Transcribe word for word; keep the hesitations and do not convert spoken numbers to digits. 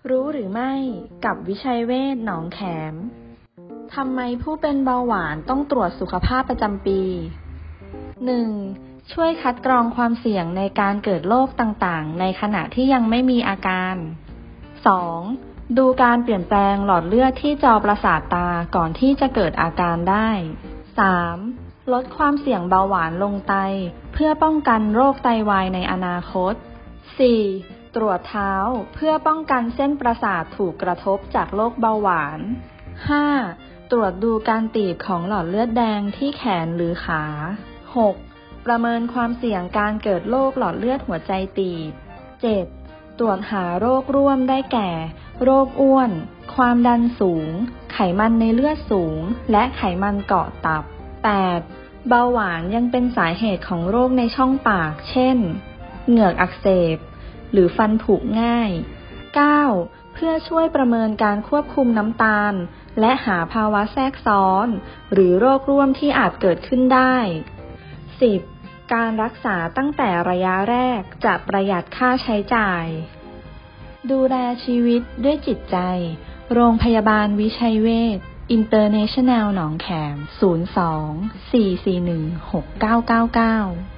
รู้หรือไม่กับวิชัยเวชหนองแขมทำไมผู้เป็นเบาหวานต้องตรวจสุขภาพประจำปี หนึ่ง. ช่วยคัดกรองความเสี่ยงในการเกิดโรคต่างๆในขณะที่ยังไม่มีอาการ สอง. ดูการเปลี่ยนแปลงหลอดเลือดที่จอประสาทตาก่อนที่จะเกิดอาการได้ สาม. ลดความเสี่ยงเบาหวานลงไตเพื่อป้องกันโรคไตวายในอนาคต สี่. ตรวจเท้าเพื่อป้องกันเส้นประสาทถูกกระทบจากโรคเบาหวาน ห้า. ตรวจดูการตีบของหลอดเลือดแดงที่แขนหรือขา หก. ประเมินความเสี่ยงการเกิดโรคหลอดเลือดหัวใจตีบ เจ็ด. ตรวจหาโรคร่วมได้แก่ โรคอ้วน ความดันสูง ไขมันในเลือดสูง และไขมันเกาะตับ แปด. เบาหวานยังเป็นสาเหตุของโรคในช่องปาก เช่น เหงือกอักเสบ หรือฟันผุง่าย เก้า. เพื่อช่วยประเมินการควบคุมน้ำตาล และหาภาวะแทรกซ้อน หรือโรคร่วมที่อาจเกิดขึ้นได้ สิบ. การรักษาตั้งแต่ระยะแรกจะประหยัดค่าใช้จ่าย ดูแลชีวิตด้วยจิตใจโรงพยาบาลวิชัยเวชอินเตอร์เนชั่นแนลหนองแขม ศูนย์ สอง สี่ สี่ หนึ่ง หก เก้า เก้า เก้า